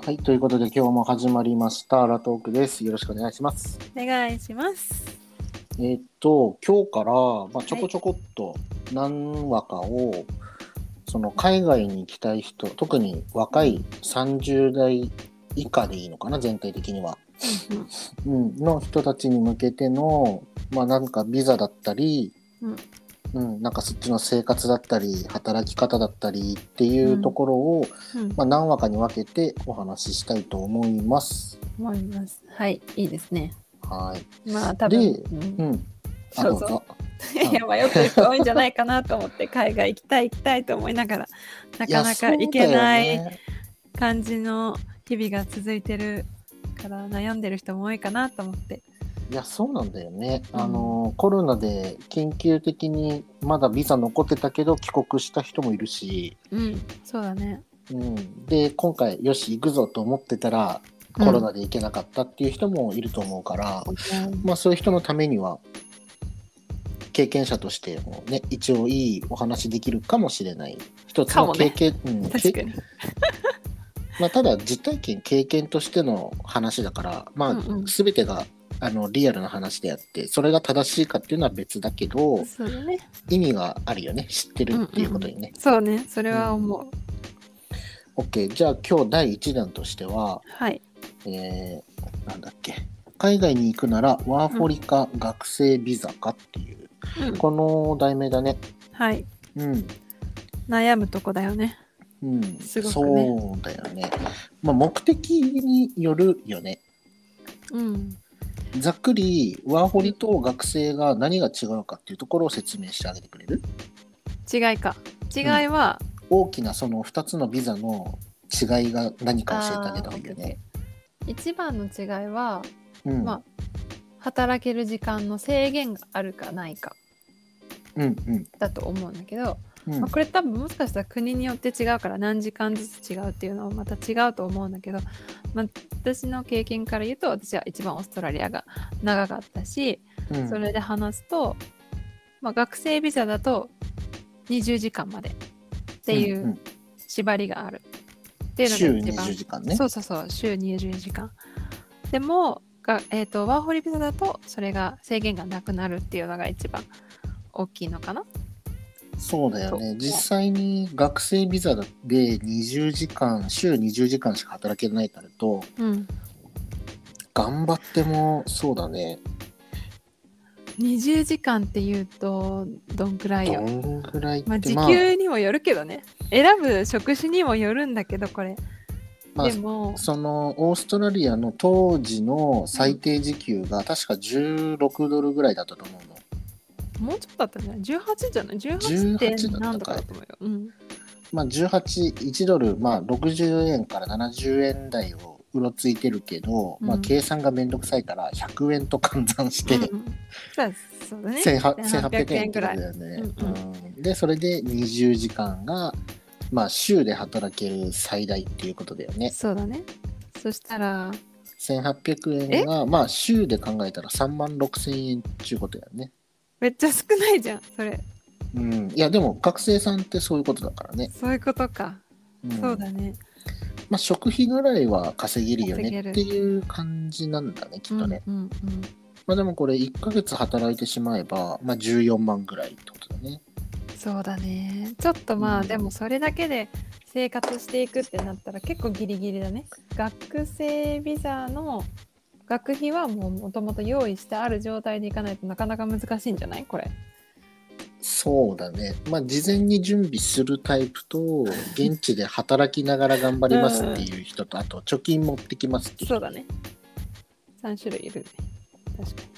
はい、ということで今日も始まりましたラトークです。よろしくお願いします。 お願いします。 今日から、ちょこちょこっと何話かを、その海外に行きたい人、特に若い30代以下でいいのかな、全体的には、の人たちに向けての、なんかビザだったり、なんかそっちの生活だったり働き方だったりっていうところを、何話かに分けてお話ししたいと思います。 はい、いいですね。 はい。 多分で、 どうぞ。いや、迷ってる人多いんじゃないかなと思って海外行きたいと思いながらなかなか行けない感じの日々が続いてるから悩んでる人も多いかなと思って。 いや、そうなんだよね。コロナで緊急的にまだビザ残ってたけど帰国した人もいるし、 そうだね。 で今回よし行くぞと思ってたらコロナで行けなかったっていう人もいると思うから、そういう人のためには経験者としてもね、一応いいお話できるかもしれない一つの経験、 確かにただ実体験経験としての話だから、全てがリアルな話であってそれが正しいかっていうのは別だけど、 そうだね、 意味があるよね、知ってるっていうことにね。 そうね、それは思う。 OK、じゃあ今日第1弾としては、なんだっけ、海外に行くならワーホリか学生ビザかっていう、この題名だね。 はい、悩むとこだよね。すごくね。 そうだよね。目的によるよね。ざっくりワーホリと学生が何が違うかっていうところを説明してあげてくれる？ 違いは、 大きなその2つのビザの違いが何か教えてあげた方がいいよね。 一番の違いは、働ける時間の制限があるかないかだと思うんだけど、これ多分もしかしたら国によって違うから何時間ずつ違うっていうのはまた違うと思うんだけど、私の経験から言うと私は一番オーストラリアが長かったし、それで話すと、学生ビザだと20時間までっていう縛りがあるっていうのが一番、 週20時間ね。 そう週20時間でもワーホリビザだとそれが制限がなくなるっていうのが一番大きいのかな。 そうだよね。実際に学生ビザで20時間、週20時間しか働けないとなると、頑張ってもそうだね。 20時間っていうとどんくらいよ。 どんぐらいって、 時給にもよるけどね。選ぶ職種にもよるんだけど、これ。でもそのオーストラリアの当時の最低時給が確か16ドルぐらいだったと思うの。 もうちょっとだったんじゃない？ 18 じゃない？ 18 点何とかだと思うよ。 18、1ドル、60円から70円台をうろついてるけど、計算がめんどくさいから100円と換算して、 そうだね、 1800円ってことだよね。で、それで20時間が、週で働ける最大っていうことだよね。 そうだね。そしたら、 1800円が、週で考えたら3万6000円っていうことだよね。 めっちゃ少ないじゃん、それ。 いやでも学生さんってそういうことだからね。 そういうことか。そうだね。 食費ぐらいは稼げるよねっていう感じなんだね、きっとね。でもこれ1ヶ月働いてしまえば、14万ぐらいってことだね。 そうだね。ちょっとでもそれだけで生活していくってなったら結構ギリギリだね。学生ビザの学費はもともと用意してある状態でいかないとなかなか難しいんじゃない？これ。 そうだね。事前に準備するタイプと現地で働きながら頑張りますっていう人と、あと貯金持ってきますっていう人。 そうだね。3種類いるね。確か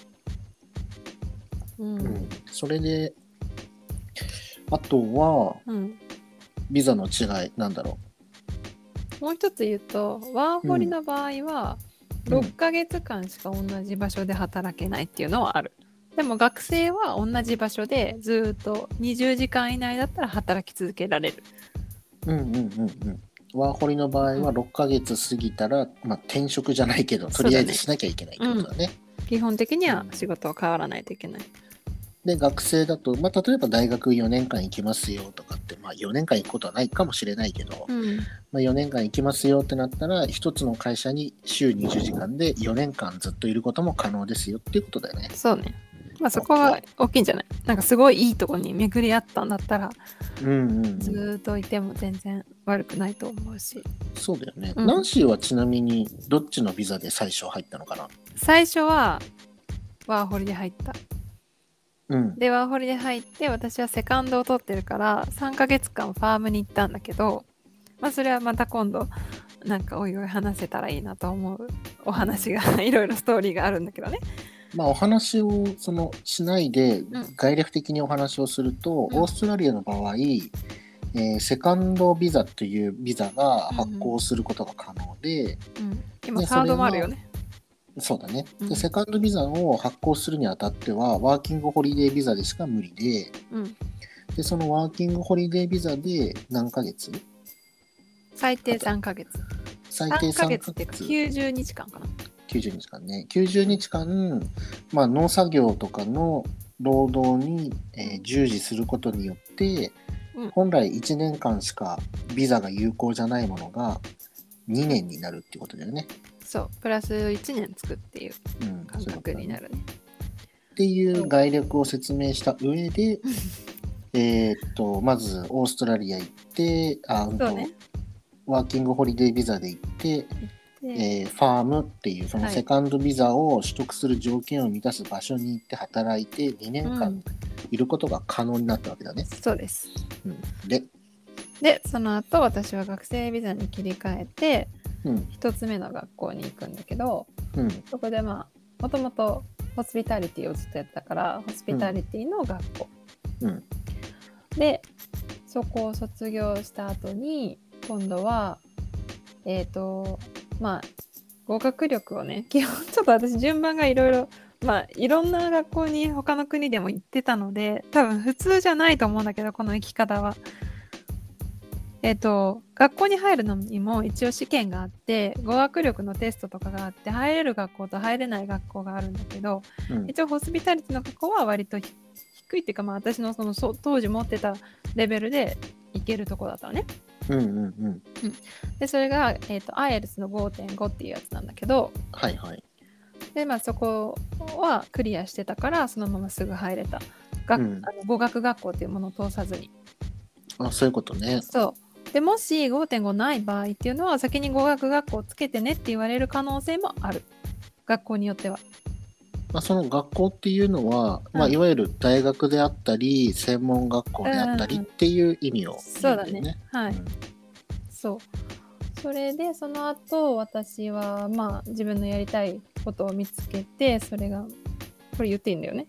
に。 それであとは、ビザの違いなんだろう。もう一つ言うと、ワーホリの場合は、6ヶ月間しか同じ場所で働けないっていうのはある。でも学生は同じ場所でずっと20時間以内だったら働き続けられる。 ワーホリの場合は6ヶ月過ぎたら、転職じゃないけどとりあえずしなきゃいけないってことだね。 基本的には仕事は変わらないといけない。 で、学生だと、まあ、例えば大学4年間行きますよとかって、まあ、4年間行くことはないかもしれないけど、まあ、4年間行きますよってなったら、一つの会社に週20時間で4年間ずっといることも可能ですよっていうことだよね。 そうね。まあそこは大きいんじゃない？なんかすごいいいとこに巡り合ったんだったら、ずっといても全然悪くないと思うし。 そうだよね。ナンシーはちなみにどっちのビザで最初入ったのかな？ 最初はワーホリで入った。でワーホリで入って、私はセカンドを取ってるから3ヶ月間ファームに行ったんだけど、まあそれはまた今度なんかおいおい話せたらいいなと思うお話がいろいろストーリーがあるんだけどね。 まあお話をしないで概略的にお話をすると、オーストラリアの場合、セカンドビザというビザが発行することが可能で、 今サードもあるよね。 そうだね。で、セカンドビザを発行するにあたってはワーキングホリデービザでしか無理で、でそのワーキングホリデービザで何ヶ月？ 最低3ヶ月。 最低3ヶ月っていうか90日間かな。 90日間ね。90日間、まあ、農作業とかの労働に、従事することによって、本来1年間しかビザが有効じゃないものが2年になるっていうことだよね。 そう、プラス1年つくっていう感覚になるね。 っていう概略を説明した上で、まずオーストラリア行って、ワーキングホリデービザで行って、ファームっていうそのセカンドビザを取得する条件を満たす場所に行って働いて2年間いることが可能になったわけだね。 そうです。でその後私は学生ビザに切り替えて、1つ目の学校に行くんだけど、そこでもともとホスピタリティをずっとやったからホスピタリティの学校、でそこを卒業した後に今度はまあ語学力をね、基本ちょっと私順番がいろいろ、まあいろんな学校に他の国でも行ってたので多分普通じゃないと思うんだけど、この生き方は学校に入るのにも一応試験があって語学力のテストとかがあって入れる学校と入れない学校があるんだけど、一応ホスピタリティの学校は割と低いっていうか、まあ私の当時持ってたレベルで行けるとこだったのね。でそれが、IELTS の 5.5 っていうやつなんだけど、でまあそこはクリアしてたからそのまますぐ入れた、語学学校っていうものを通さずに。 そういうことね。 そうでもし 5.5 ない場合っていうのは先に語学学校をつけてねって言われる可能性もある、学校によっては。 その学校っていうのは、いわゆる大学であったり専門学校であったりっていう意味を言うんだよね。そうそれでその後私はまあ自分のやりたいことを見つけて、それがこれ言っていいんだよね。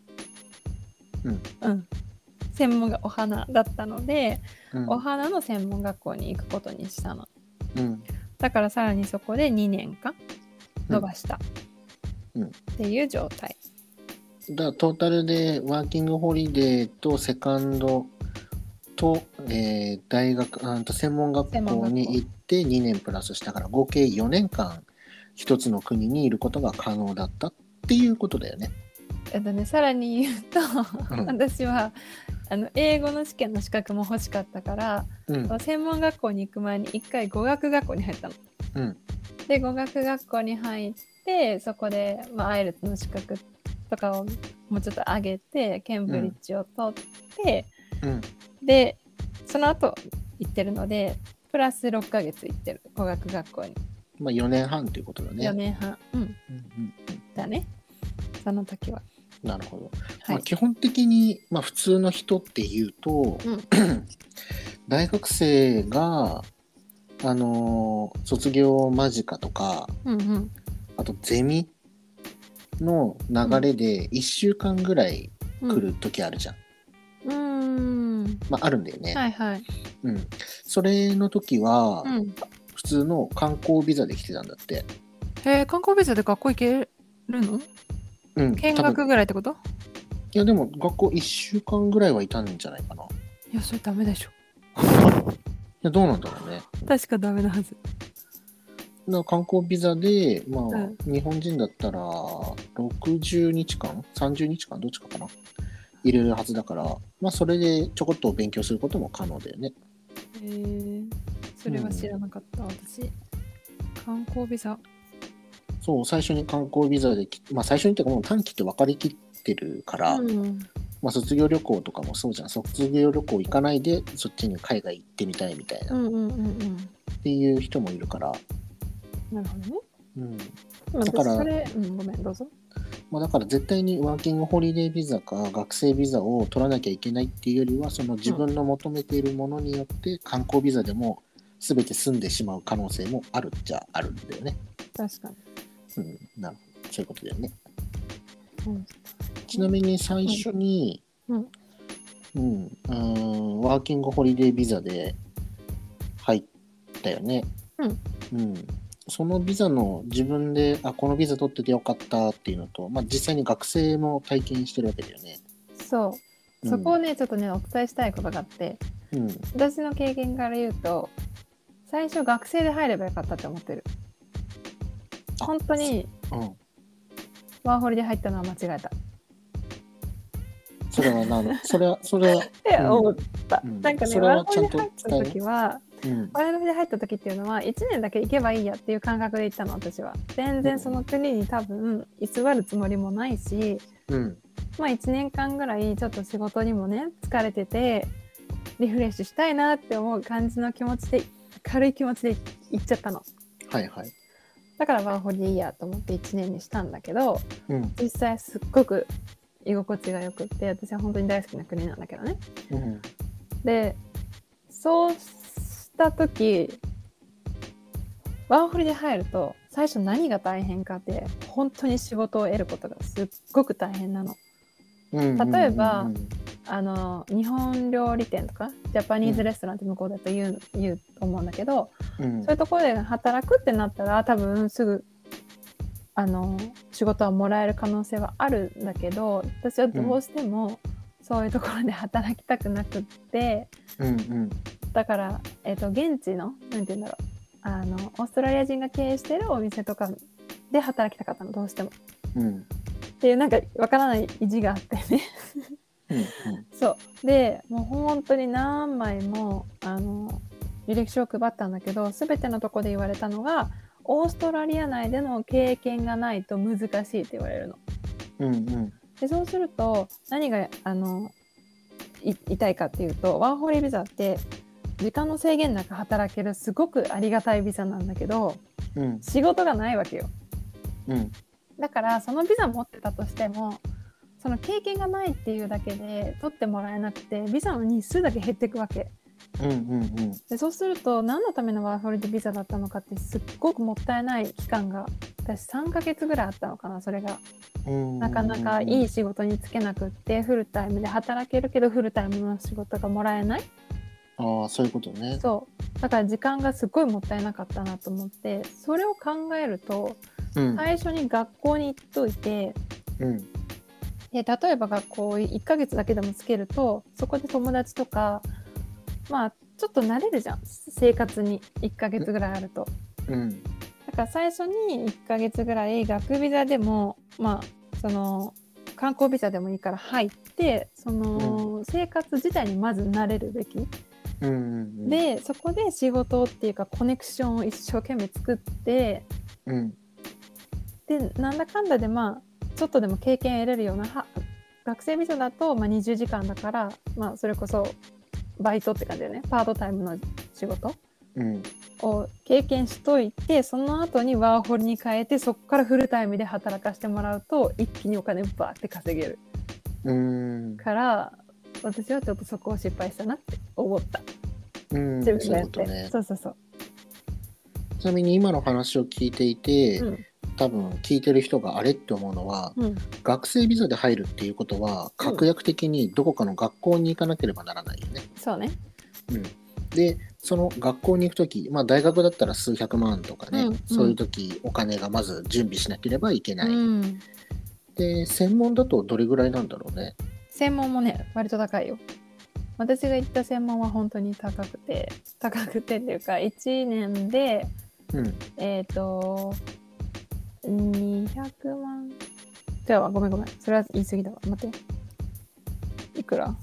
専門がお花だったので、お花の専門学校に行くことにしたの。だからさらにそこで2年間伸ばしたっていう状態。 だからトータルでワーキングホリデーとセカンドと、大学専門学校に行って2年プラスしたから合計4年間一つの国にいることが可能だったっていうことだよね。 さらに言うと、私は英語の試験の資格も欲しかったから、専門学校に行く前に一回語学学校に入ったの。で語学学校に入ってそこで、IELTS の資格とかをもうちょっと上げてケンブリッジを取って、でその後行ってるのでプラス6ヶ月行ってる語学学校に。 4年半ということだね。 4年半だね、その時は。 なるほど。基本的に、普通の人っていうと、大学生が卒業間近とか、あとゼミの流れで1週間ぐらい来る時あるじゃん。あるんだよね。それの時は、普通の観光ビザで来てたんだって。 観光ビザで学校行けるの？見学ぐらいってこと？ いやでも学校1週間ぐらいはいたんじゃないかな。 いやそれダメでしょ。 いやどうなんだろうね。 確かダメなはず。 観光ビザで日本人だったら60日間30日間どっちかかな入れるはずだから、まあ、それでちょこっと勉強することも可能だよね。 それは知らなかった、私。観光ビザ。 そう、最初に観光ビザで、まあ最初にっていうかもう短期って分かりきってるから、まあ卒業旅行とかもそうじゃん。卒業旅行行かないでそっちに海外行ってみたいみたいな、っていう人もいるから。 なるほどね。 だから、 ごめん、どうぞ。 まあ、だから絶対にワーキングホリデービザか学生ビザを取らなきゃいけないっていうよりは、その自分の求めているものによって観光ビザでも全て済んでしまう可能性もあるっちゃあるんだよね。 確かに。 なるほど、そういうことだよね。ちなみに最初に、ワーキングホリデービザで入ったよね。そのビザの自分でこのビザ取っててよかったっていうのと、まあ、実際に学生も体験してるわけだよね。 そう、そこをねちょっとねお伝えしたいことがあって、私の経験から言うと最初学生で入ればよかったって思ってる。本当に、ワーホリで入ったのは間違えた。 それはそれはって思った。なんかね、ワーホリで入った時は、ワーホリで入った時っていうのは1年だけ行けばいいやっていう感覚で行ったの、私は。全然その国に多分居座るつもりもないし、まあ1年間ぐらいちょっと仕事にもね疲れててリフレッシュしたいなって思う感じの気持ちで、軽い気持ちで行っちゃったの。だからワーホリでいいやと思って1年にしたんだけど、実際すっごく居心地がよくって、私は本当に大好きな国なんだけどね。で、そうした時ワーホリで入ると最初何が大変かって本当に仕事を得ることがすっごく大変なの。例えば日本料理店とかジャパニーズレストランって向こうだと言うと思うんだけど、そういうところで働くってなったら多分すぐ仕事はもらえる可能性はあるんだけど、私はどうしてもそういうところで働きたくなくって、だから、現地のなんて言うんだろう、オーストラリア人が経営してるお店とかで働きたかったの、どうしても。っていうなんかわからない意地があってねそうでもう本当に何枚も履歴書を配ったんだけど、全てのとこで言われたのがオーストラリア内での経験がないと難しいって言われるの。でそうすると何が痛いかっていうと、ワーホリビザって時間の制限なく働けるすごくありがたいビザなんだけど、仕事がないわけよ。だからそのビザ持ってたとしてもその経験がないっていうだけで取ってもらえなくて、ビザの日数だけ減っていくわけ。でそうすると何のためのワーホリでビザだったのかってすっごくもったいない期間が私3ヶ月ぐらいあったのかな。それがなかなかいい仕事に就けなくって、フルタイムで働けるけどフルタイムの仕事がもらえない。 そういうことね。 そうだから時間がすっごいもったいなかったなと思って、それを考えると、最初に学校に行っといて、で例えば学校1ヶ月だけでもつけるとそこで友達とかまあちょっと慣れるじゃん、生活に1ヶ月ぐらいあると。だから最初に1ヶ月ぐらい学ビザでもまあその観光ビザでもいいから入って、その生活自体にまず慣れるべき。でそこで仕事っていうかコネクションを一生懸命作って、でなんだかんだでまあちょっとでも経験得れるような学生ビザだとまあ20時間だから、まあそれこそバイトって感じだよね、パートタイムの仕事を経験しといて、その後にワーホリに変えてそこからフルタイムで働かせてもらうと一気にお金バーって稼げるから、私はちょっとそこを失敗したなって思った。自分でやって。そう。 ちなみに今の話を聞いていて、多分聞いてる人があれって思うのは、学生ビザで入るっていうことは確約的にどこかの学校に行かなければならないよね。 そうね。 でその学校に行くとき、まあ大学だったら数百万とかね、そういう時お金がまず準備しなければいけない。で専門だとどれぐらいなんだろうね。 専門もね割と高いよ。私が行った専門は本当に高くてっていうか1年で、200万ではごめんそれは言い過ぎだわ。待ってら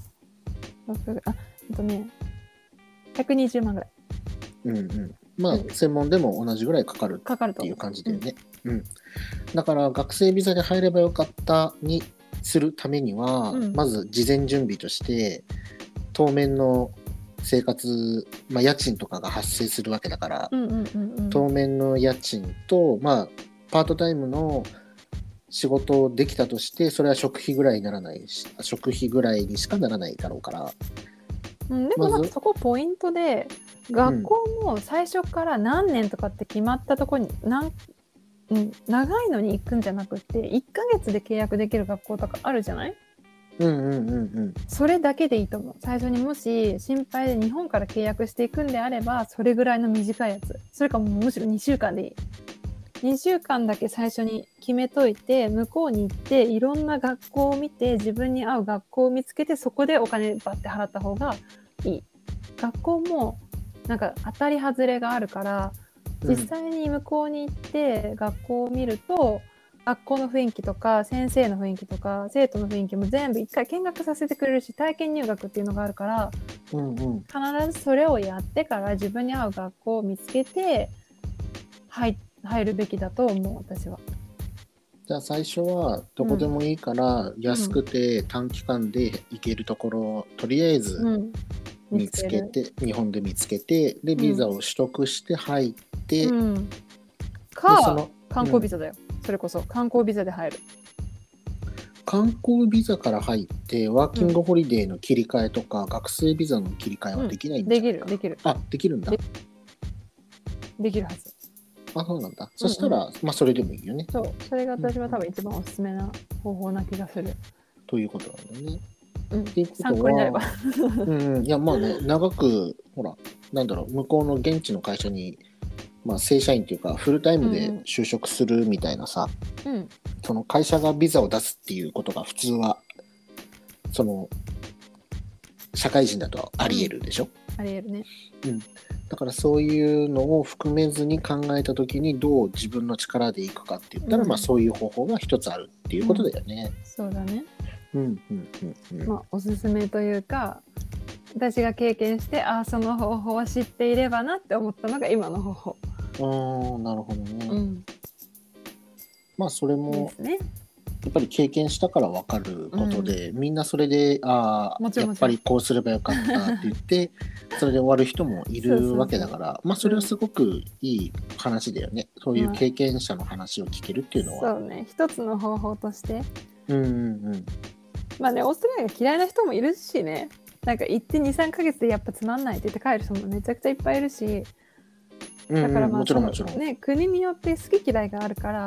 120万ぐらい。 うんうん。まあ、専門でも同じぐらいかかるっていう感じだよね。だから学生ビザで入ればよかったにするためには、まず事前準備として当面の生活、家賃とかが発生するわけだから、当面の家賃と、パートタイムの仕事できたとして、それは食費ぐらいにならないし、食費ぐらいにしかならないだろうから。 でもそこポイントで、学校も最初から何年とかって決まったところに長いのに行くんじゃなくて、1ヶ月で契約できる学校とかあるじゃない？それだけでいいと思う。最初にもし心配で日本から契約していくんであれば、それぐらいの短いやつ。それかむしろ2週間でいい。2週間だけ最初に決めといて、向こうに行っていろんな学校を見て、自分に合う学校を見つけて、そこでお金バッて払った方がいい。学校もなんか当たり外れがあるから、実際に向こうに行って学校を見ると、学校の雰囲気とか先生の雰囲気とか生徒の雰囲気も全部一回見学させてくれるし、体験入学っていうのがあるから、必ずそれをやってから自分に合う学校を見つけて入るべきだと思う、私は。 じゃあ最初はどこでもいいから安くて短期間で行けるところをとりあえず見つけて、日本で見つけて、でビザを取得して入って、 か観光ビザだよ。それこそ観光ビザで入る。 観光ビザから入ってワーキングホリデーの切り替えとか、学生ビザの切り替えはできないんじゃないかな。 できる。 あ、できるんだ。 できるはず。 あ、そうなんだ。そしたら、それでもいいよね。 それが私は多分一番おすすめな方法な気がする。 ということなんだね。 参考になれば。 いや、長く、ほら、向こうの現地の会社に、正社員っていうか、フルタイムで就職するみたいなさ、その会社がビザを出すっていうことが普通は、その、社会人だとあり得るでしょ？ あり得るね。 だからそういうのを含めずに考えたときに、どう自分の力でいくかって言ったら、そういう方法が一つあるっていうことだよね。 そうだね。おすすめというか、私が経験して、その方法は知っていればなって思ったのが今の方法。 なるほどね。それもですね。 やっぱり経験したから分かることで、みんなそれでやっぱりこうすればよかったって言ってそれで終わる人もいるわけだからそれはすごくいい話だよね。そういう経験者の話を聞けるっていうのは。 そうね、一つの方法として。 オーストラリアが嫌いな人もいるしね。なんか行って 2,3 ヶ月でやっぱつまんないって言って帰る人もめちゃくちゃいっぱいいるし、だからもちろんね、国によって好き嫌いがあるから、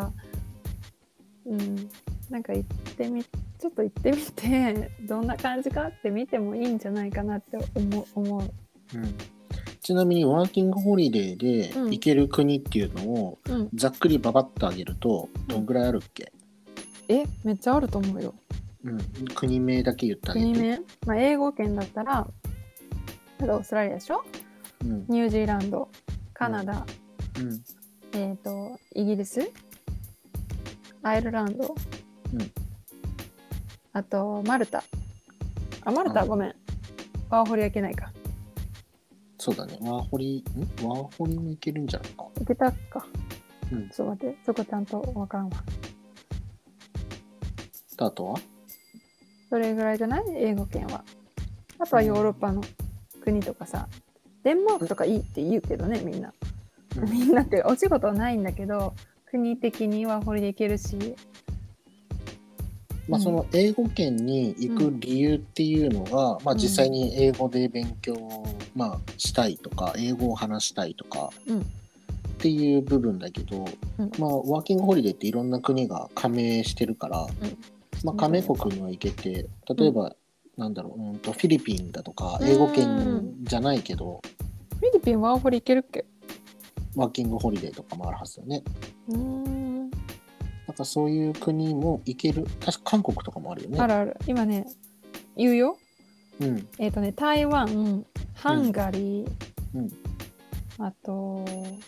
なんかちょっと行ってみてどんな感じかって見てもいいんじゃないかなって思う。 ちなみにワーキングホリデーで行ける国っていうのをざっくりババッとあげるとどんぐらいあるっけ？ めっちゃあると思うよ。 国名だけ言ってあげて。 国名、英語圏だったらオーストラリアでしょ、ニュージーランド、カナダ、イギリス、アイルランド、あとマルタ。マルタはごめん、ワーホリはいけないか。 そうだね、ワーホリもいけるんじゃないか。 いけたか。ちょっと待って、そこちゃんとわからんわ。 あとはそれぐらいじゃない？英語圏は。あとはヨーロッパの国とかさ、デンマークとかいいって言うけどね、みんな。みんなってお仕事はないんだけど、国的にワーホリで行けるし。 その英語圏に行く理由っていうのが、実際に英語で勉強したいとか、英語を話したいとかっていう部分だけど、ワーキングホリデーっていろんな国が加盟してるから、加盟国には行けて、例えば、フィリピンだとか、英語圏じゃないけど、 フィリピンワーホリ行けるっけ？ ワーキングホリデーとかもあるはずだよね。なんかそういう国も行ける。確か韓国とかもあるよね。 あるある。今ね、言うよ。台湾、ハンガリー、あと、オ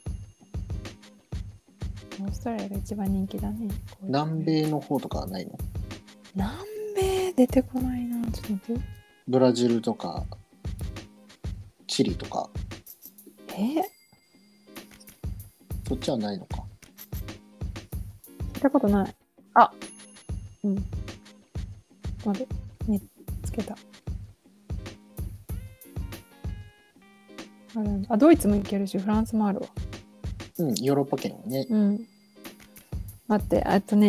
ーストラリアが一番人気だね。 南米の方とかはないの？ 南米出てこないな。ちょっと待ってよ。 ブラジルとかチリとか。そっちはないのか。 聞いたことない。あ、うん。待って、見つけた。あ、ドイツも行けるし、フランスもあるわ。 うん、ヨーロッパ圏はね。 うん。待って、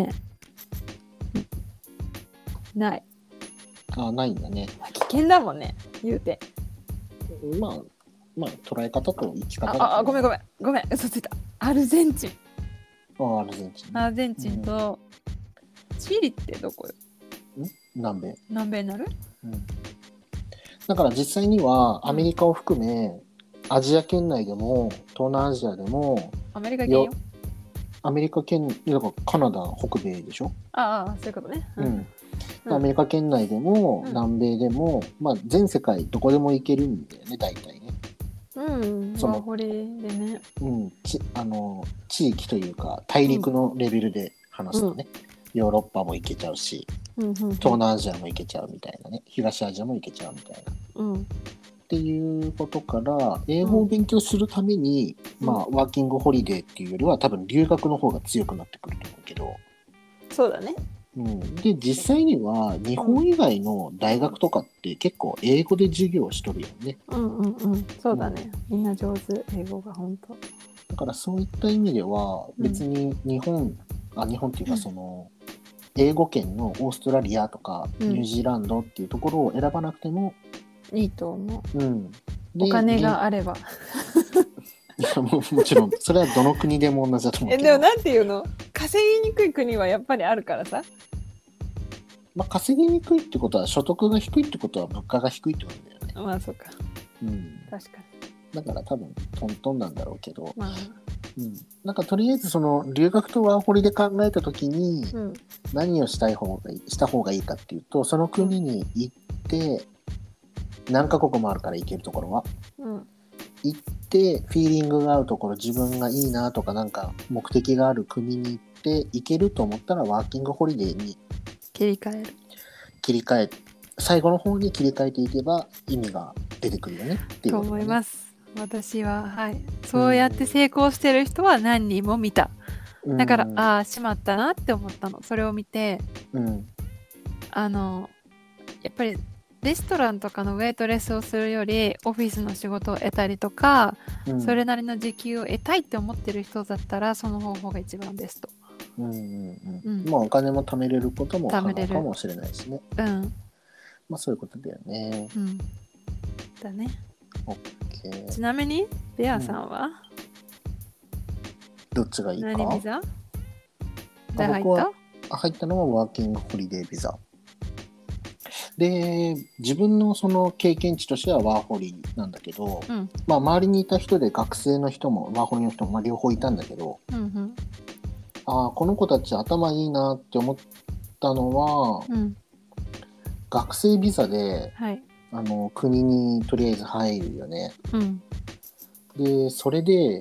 ない。 あ、ないんだね。 危険だもんね、言うて。 まあ、捉え方と生き方だ。ごめん、嘘ついた。アルゼンチン。 アルゼンチンと、チリってどこよ？ 南米になる？ だから実際にはアメリカを含め、アジア圏内でも東南アジアでもアメリカ圏よ。 アメリカ圏だからカナダ北米でしょ。 そういうことね。 アメリカ圏内でも、南米でも、全世界どこでも行けるんだよね、大体ね。 ワーホリでね。 地域というか大陸のレベルで話すとね、ヨーロッパも行けちゃうし、東南アジアも行けちゃうみたいなね、東アジアも行けちゃうみたいな。っていうことから英語を勉強するために、ワーキングホリデーっていうよりは多分留学の方が強くなってくると思うけど。 そうだね。 で実際には日本以外の大学とかって結構英語で授業しとるよね。 そうだね。みんな上手、英語が本当。 だからそういった意味では別に日本っていうかその、英語圏のオーストラリアとかニュージーランドっていうところを選ばなくてもいいと思う。お金があれば。 いやもちろんそれはどの国でも同じだと思うけど。 でもなんていうの、稼ぎにくい国はやっぱりあるからさ。 稼ぎにくいってことは所得が低いってことは物価が低いってことだよね。 そうか。確かに。だから多分トントンなんだろうけど、なんかとりあえずその留学とワーホリで考えた時に何をした方がいいかっていうと、その国に行って何カ国もあるから行けるところは、行ってフィーリングが合うところ、自分がいいなとかなんか目的がある国に行って行けると思ったらワーキングホリデーに切り替え最後の方に切り替えていけば意味が出てくるよねっていうこと、 と思います。私はそうやって成功してる人は何人も見た。だからしまったなって思ったの。それを見て、やっぱりレストランとかのウェイトレスをするよりオフィスの仕事を得たりとか、それなりの時給を得たいって思ってる人だったらその方法が一番ベスト。 お金も貯めれることも可能かもしれないしね。そういうことだよね。 だね。 OK。 ちなみにベアさんは、 どっちがいいか。 何ビザ？ 僕は入ったのはワーキングホリデービザで、自分のその経験値としてはワーホリなんだけど、周りにいた人で学生の人もワーホリの人も両方いたんだけど、この子たち頭いいなって思ったのは、学生ビザで、国にとりあえず入るよね。でそれで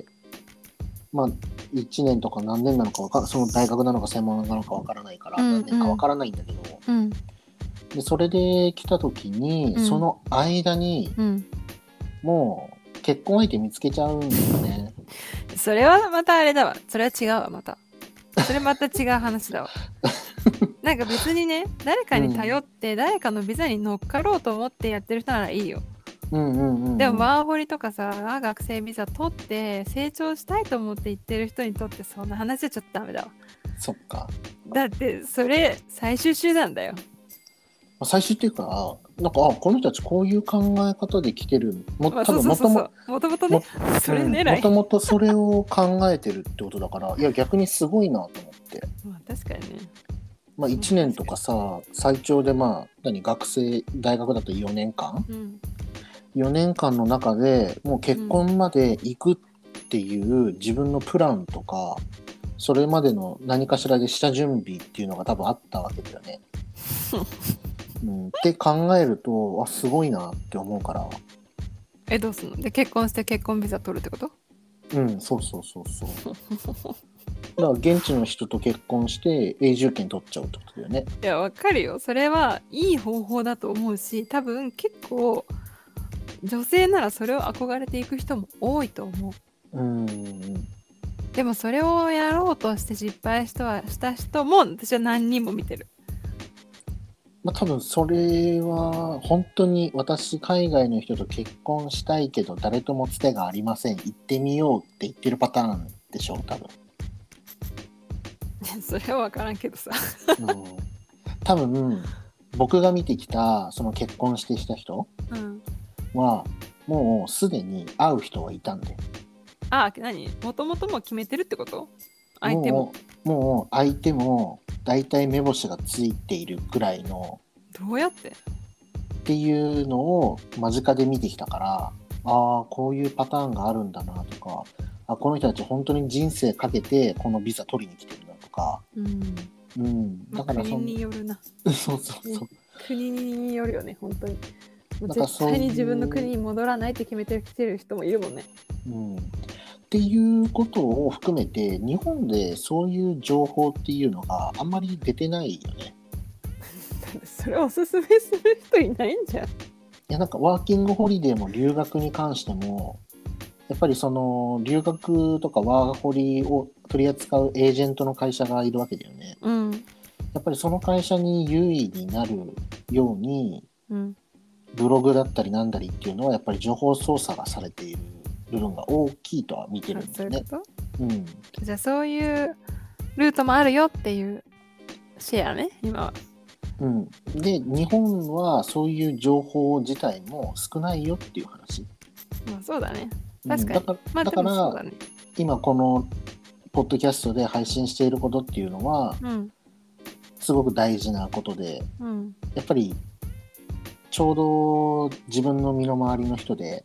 1年とか何年なのかその大学なのか専門なのかわからないから、何年かわからないんだけど、でそれで来た時に、その間に、もう結婚相手見つけちゃうんだよね。 それはまたあれだわ。それは違うわ。それまた違う話だわ。なんか別にね、誰かに頼って誰かのビザに乗っかろうと思ってやってる人ならいいよ。でもワーホリとかさ、学生ビザ取って成長したいと思って行ってる人にとってそんな話はちょっとダメだわ。 そっか。 だってそれ最終手段だよ。 最終っていうか、なんかこの人たちこういう考え方で来てる。多分もともとね、 それ狙い。 もともとそれを考えてるってことだから、いや逆にすごいなと思って。 確かにね。 1年とかさ、最長で学生大学だと4年間、4年間の中でもう結婚まで行くっていう自分のプランとか、それまでの何かしらで下準備っていうのが多分あったわけだよね。って考えるとすごいなって思うから。 どうすんの？で結婚して結婚ビザ取るってこと？ そうだから現地の人と結婚して永住権取っちゃうってことだよね。 いやわかるよ、それはいい方法だと思うし、多分結構女性ならそれを憧れていく人も多いと思う。でもそれをやろうとして失敗した人も私は何人も見てる。 まあ多分それは本当に私海外の人と結婚したいけど誰ともつてがありません、行ってみようって言ってるパターンでしょう多分。 それは分からんけどさ、 多分僕が見てきたその結婚してきた人は、もうすでに会う人はいたんで。 何もともとも決めてるってこと？相手ももう相手もだいたい目星がついているくらいの。 どうやってっていうのを間近で見てきたから、こういうパターンがあるんだなとか、この人たち本当に人生かけてこのビザ取りに来てるなとか、だから国によるな。 そう、 国によるよね本当に。もう絶対に自分の国に戻らないって決めてきてる人もいるもんね。 っていうことを含めて日本でそういう情報っていうのがあんまり出てないよね。 それをおすすめする人いないんじゃん。いやなんかワーキングホリデーも留学に関してもやっぱりその留学とかワーホリを取り扱うエージェントの会社がいるわけだよね。やっぱりその会社に優位になるように、ブログだったりなんだりっていうのはやっぱり情報操作がされている部分が大きいとは見てるんですね。 じゃあそういうルートもあるよっていうシェアね今は。 で日本はそういう情報自体も少ないよっていう話。 まあそうだね。確かに。 だから、今このポッドキャストで配信していることっていうのは、すごく大事なことで、やっぱりちょうど自分の身の回りの人で、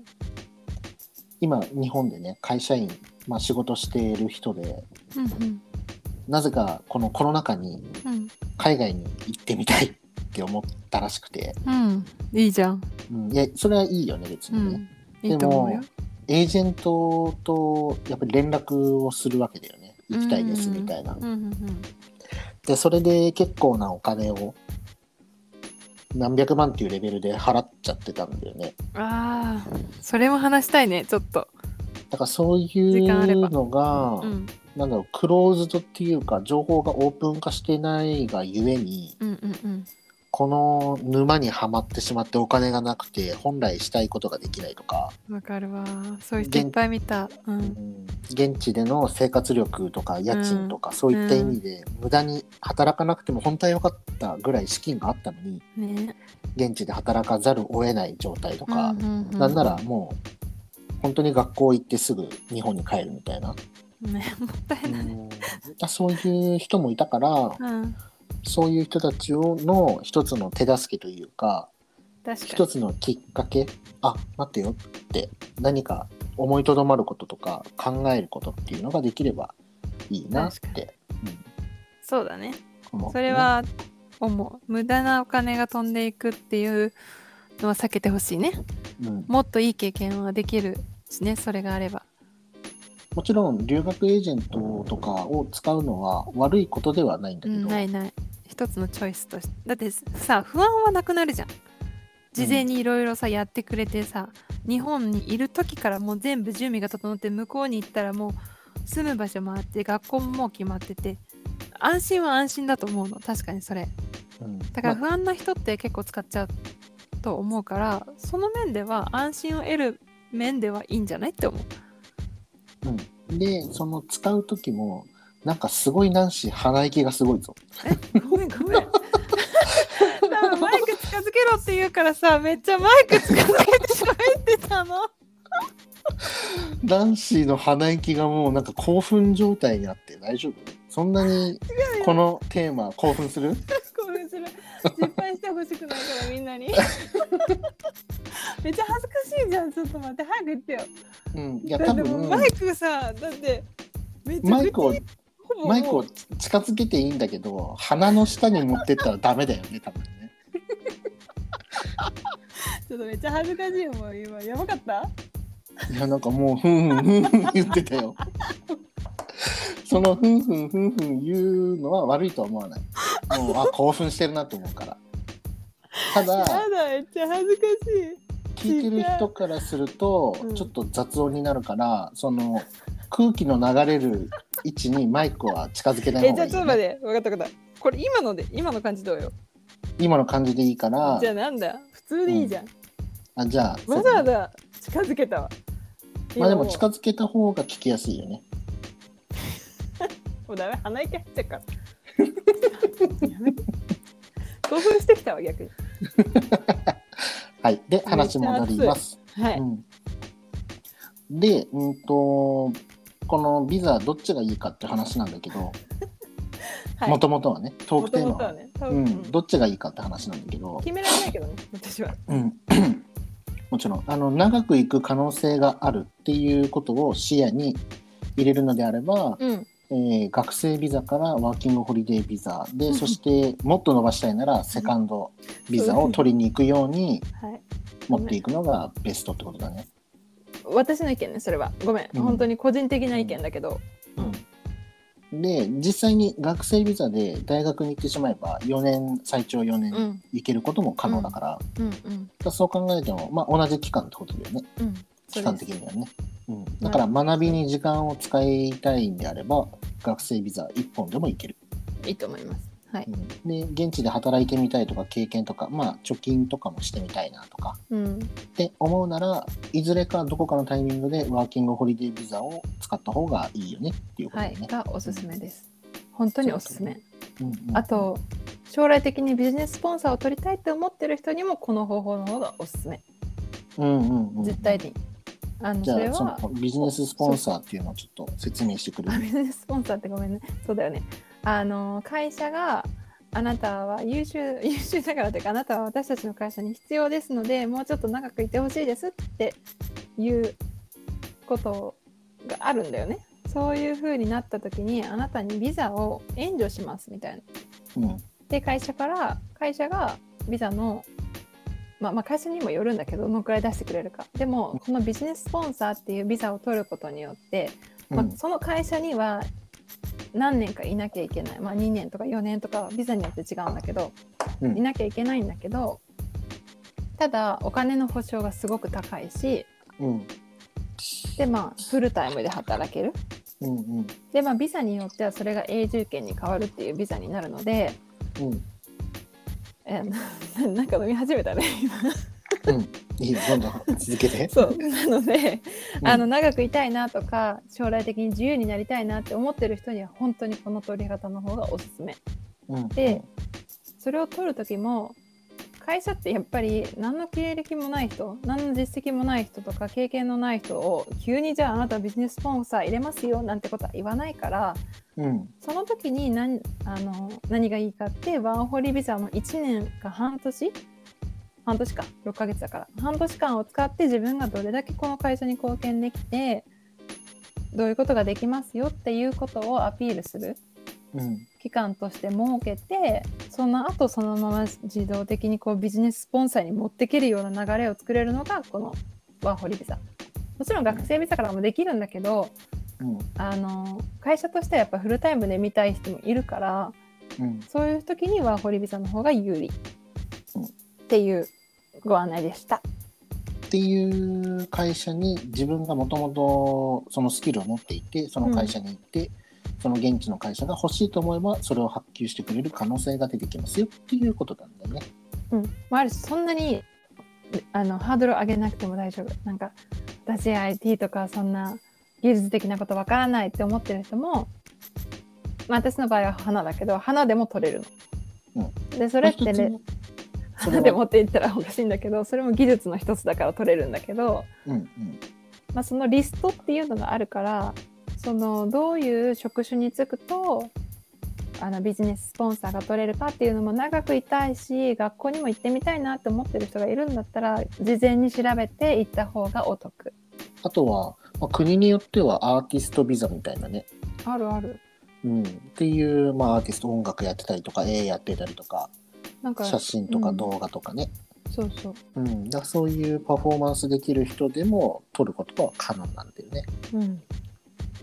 今日本でね会社員、仕事している人で、なぜかこのコロナ禍に海外に行ってみたいって思ったらしくて、 いいじゃん。 いやそれはいいよね別にね。でもエージェントとやっぱり連絡をするわけだよね。行きたいですみたいな。でそれで結構なお金を何百万っていうレベルで払っちゃってたんだよね。 それも話したいねちょっと。 だからそういうのが、なんだろうクローズドっていうか情報がオープン化してないがゆえに、この沼にはまってしまってお金がなくて本来したいことができないとか。 わかるわ、そういう人いっぱい見た。 現地での生活力とか家賃とか、そういった意味で無駄に働かなくても本当は良かったぐらい資金があったのに、現地で働かざるを得ない状態とか、なんならもう本当に学校行ってすぐ日本に帰るみたいな、もったいない。 そういう人もいたから、そういう人たちの一つの手助けというか、一つのきっかけ、待ってよって何か思いとどまることとか考えることっていうのができればいいなって、 そうだね。それは思う。無駄なお金が飛んでいくっていうのは避けてほしいね。もっといい経験はできるしね、それがあれば。 もちろん留学エージェントとかを使うのは悪いことではないんだけど、 ない一つのチョイスとして。だってさ不安はなくなるじゃん。事前にいろいろさやってくれてさ、日本にいる時からもう全部準備が整って、向こうに行ったらもう住む場所もあって学校ももう決まってて、安心は安心だと思うの。確かにそれ、だから不安な人って結構使っちゃうと思うから、その面では安心を得る面ではいいんじゃないって思う。 でその使う時もなんかすごいナンシー鼻息がすごいぞ。 ごめん多分マイク近づけろって言うからさ、めっちゃマイク近づけて喋ってたの。 ナンシーの鼻息がもうなんか興奮状態にあって、大丈夫？そんなにこのテーマ興奮する？ 興奮する。失敗してほしくないからみんなに。めっちゃ恥ずかしいじゃん。ちょっと待って、早く言ってよ。 いや多分マイクさ、だってめっちゃマイクを近づけていいんだけど、鼻の下に持ってったらダメだよね多分ね。 ちょっとめっちゃ恥ずかしいよ。もう今やばかった？ いやなんかもうふん言ってたよ。 そのふんふんふんふん言うのは悪いとは思わない。もう興奮してるなと思うから。ただやだ、めっちゃ恥ずかしい。聞いてる人からするとちょっと雑音になるから、その空気の流れる位置にマイクは近づけない方がいい、ね。 じゃあちょっと待って、分かった分かった。これ今の感じどうよ。 今の感じでいいから。 じゃあなんだ、普通でいいじゃん。 じゃあわざわざ近づけたわ。 まあでも近づけた方が聞きやすいよね。 もうダメ、鼻息入っちゃうから。興奮してきたわ逆に。 はい。で話戻ります。 はい。 で、このビザどっちがいいかって話なんだけど、もともとはね、トークテーマは、どっちがいいかって話なんだけど、 決められないけどね、私は。 もちろん長く行く可能性があるっていうことを視野に入れるのであれば、学生ビザからワーキングホリデービザで、そしてもっと伸ばしたいならセカンドビザを取りに行くように持っていくのがベストってことだね。 私の意見ね、それはごめん、本当に個人的な意見だけど、 で実際に学生ビザで大学に行ってしまえば最長4年行けることも可能だから、そう考えても、同じ期間ってことだよね、期間的にはね、だから学びに時間を使いたいんであれば学生ビザ1本でも行ける。 いいと思います。はい。 で現地で働いてみたいとか経験とか、貯金とかもしてみたいなとか、って思うならいずれかどこかのタイミングでワーキングホリデービザを使った方がいいよねっていうことでね。 がおすすめです。本当におすすめ。あと将来的にビジネススポンサーを取りたいって思ってる人にもこの方法の方がおすすめ。絶対に。 じゃあそのビジネススポンサーっていうのをちょっと説明してくれる？ ビジネススポンサーってごめんね。そうだよね。会社があなたは優秀だからというか、あなたは私たちの会社に必要ですのでもうちょっと長くいてほしいですっていうことがあるんだよね。そういう風になった時にあなたにビザを援助しますみたいな、で会社がビザの会社にもよるんだけどどのくらい出してくれるか。でもこのビジネススポンサーっていうビザを取ることによって、その会社には何年かいなきゃいけない、2年とか4年とかビザによって違うんだけど、いなきゃいけないんだけど、ただお金の保証がすごく高いし、でフルタイムで働ける、でビザによってはそれが永住権に変わるっていうビザになるので、なんか飲み始めたね今。 いいよ、どんどん続けて。 そうなので、長くいたいなとか将来的に自由になりたいなって思ってる人には本当にこの取り方の方がおすすめ、でそれを取る時も会社ってやっぱり何の経歴もない人、何の実績もない人とか経験のない人を急にじゃああなたビジネススポンサー入れますよなんてことは言わないから、その時に何がいいかってワーホリビザの1年か半年か6ヶ月だから半年間を使って自分がどれだけこの会社に貢献できてどういうことができますよっていうことをアピールする期間として設けて、その後そのまま自動的にビジネススポンサーに持ってけるような流れを作れるのがこのワーホリビザ。もちろん学生ビザからもできるんだけど、会社としてはやっぱフルタイムで見たい人もいるから、そういう時にワーホリビザの方が有利っていうご案内でした。 っていう会社に自分がもともとそのスキルを持っていてその会社に行って、その現地の会社が欲しいと思えばそれを発給してくれる可能性が出てきますよっていうことなんだよね。 あるしそんなにハードルを上げなくても大丈夫。なんか私 IT とかそんな技術的なことわからないって思ってる人も、私の場合は花だけど花でも取れるの、でそれってね花でもって言ったらおかしいんだけど、それも技術の一つだから取れるんだけど、そのリストっていうのがあるから、そのどういう職種に就くとビジネススポンサーが取れるかっていうのも長くいたいし学校にも行ってみたいなって思ってる人がいるんだったら事前に調べて行った方がお得。 あとは、国によってはアーティストビザみたいなね、 あるある、 っていう、アーティスト音楽やってたりとか絵やってたりとか、なんか写真とか動画とかね、だそういうパフォーマンスできる人でも取ることは可能なんだよね。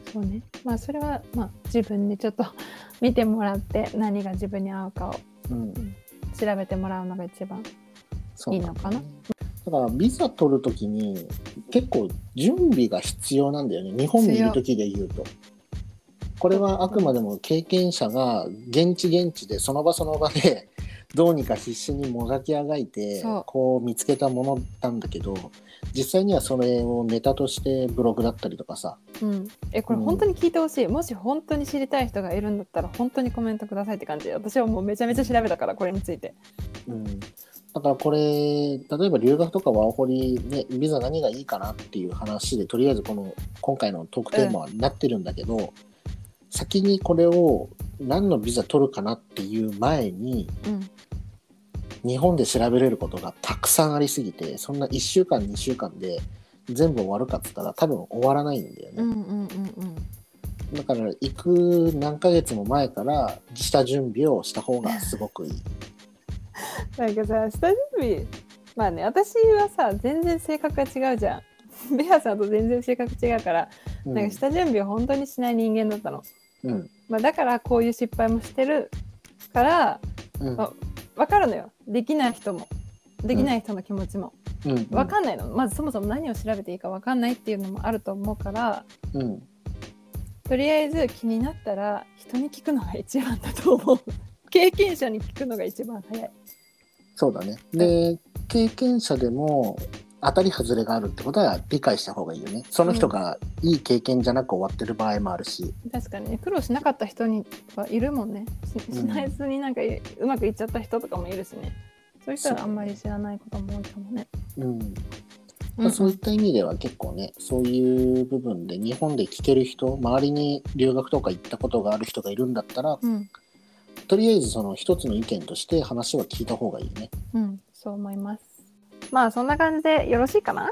そうね。まあそれはまあ自分でちょっと見てもらって何が自分に合うかを、調べてもらうのが一番いいのかな。 だからビザ取るときに結構準備が必要なんだよね。日本にいるときで言うと。これはあくまでも経験者が現地でその場でどうにか必死にもがきあがいてこう見つけたものなんだけど、実際にはそれをネタとしてブログだったりとかさ、 これ本当に聞いてほしい、もし本当に知りたい人がいるんだったら本当にコメントくださいって感じで、私はもうめちゃめちゃ調べたからこれについて、 だからこれ例えば留学とかワーホリね、ビザ何がいいかなっていう話でとりあえず今回のトークテーマはなってるんだけど、先にこれを何のビザ取るかなっていう前に、日本で調べれることがたくさんありすぎて、そんな1週間2週間で全部終わるかっつったら多分終わらないんだよね。だから行く何ヶ月も前から下準備をした方がすごくいい。 なんかさ、下準備、まあね、私はさ全然性格が違うじゃん。ベアさんと全然性格違うから、なんか下準備を本当にしない人間だったの。だからこういう失敗もしてるから、分かるのよ。できない人の気持ちも、分かんないの。まずそもそも何を調べていいか分かんないっていうのもあると思うから、とりあえず気になったら人に聞くのが一番だと思う。経験者に聞くのが一番早い。 そうだね。で、経験者でも当たり外れがあるってことは理解した方がいいよね。その人がいい経験じゃなく終わってる場合もあるし、 確かにね、苦労しなかった人にはいるもんね。しないずになんかうまくいっちゃった人とかもいるしね。そういう人はあんまり知らないことも多いかもね。そういった意味では結構ね、そういう部分で日本で聞ける人、周りに留学とか行ったことがある人がいるんだったら、とりあえずその一つの意見として話は聞いた方がいいね。 そう思います。まあそんな感じでよろしいかな。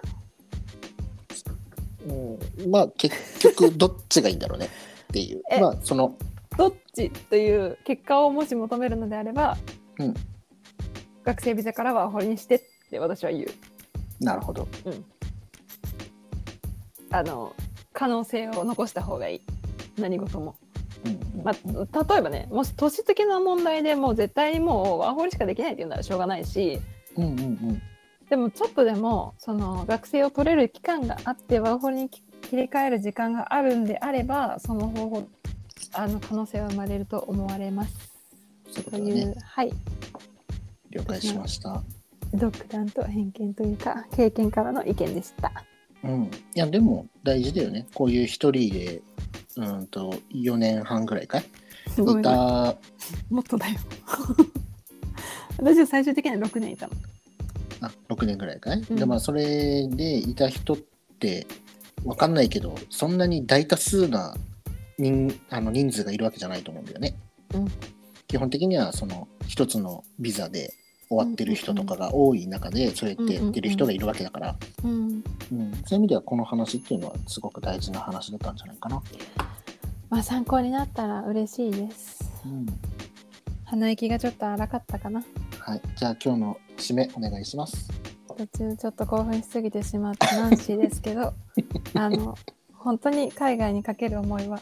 まあ結局どっちがいいんだろうねっていうまあそのどっちという結果をもし求めるのであれば、学生ビザからはワーホリにしてって私は言う。なるほど。可能性を残した方がいい、何事も。例えばね、もし都市的な問題でもう絶対にもうワーホリしかできないっていうならしょうがないし、でもちょっとでもその学生を取れる期間があってワーホリに切り替える時間があるんであれば、その方法可能性は生まれると思われます。 という、了解しました。 独断と偏見というか経験からの意見でした。 いやでも大事だよね。こういう一人で4年半ぐらいかいいた。 もっとだよ。私は最終的には6年いたの。 6年ぐらいかい、でそれでいた人って分かんないけど、そんなに大多数な人数がいるわけじゃないと思うんだよね。基本的にはその一つのビザで終わってる人とかが多い中でそうやってやってる人がいるわけだから、そういう意味ではこの話っていうのはすごく大事な話だったんじゃないかな。 参考になったら嬉しいです。鼻息がちょっと荒かったかな。 じゃあ今日の締めお願いします。 途中ちょっと興奮しすぎてしまったナンシーですけど本当に海外にかける思いは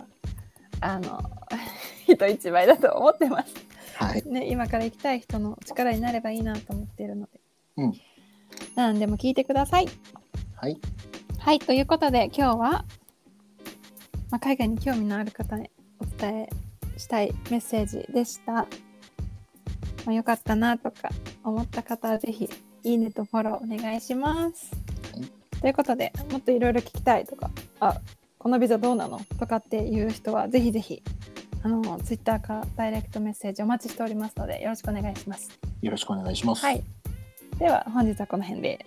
人一倍だと思ってます。今から行きたい人の力になればいいなと思っているので、何でも聞いてください。ということで今日は、海外に興味のある方にお伝えしたいメッセージでした。よかったなとか思った方はぜひいいねとフォローお願いします。ということでもっといろいろ聞きたいとか、このビザどうなのとかっていう人はぜひぜひツイッターかダイレクトメッセージお待ちしておりますのでよろしくお願いします。 よろしくお願いします。 では本日はこの辺で、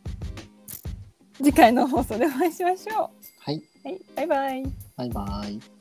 次回の放送でお会いしましょう。バイバイ。 バイバイ。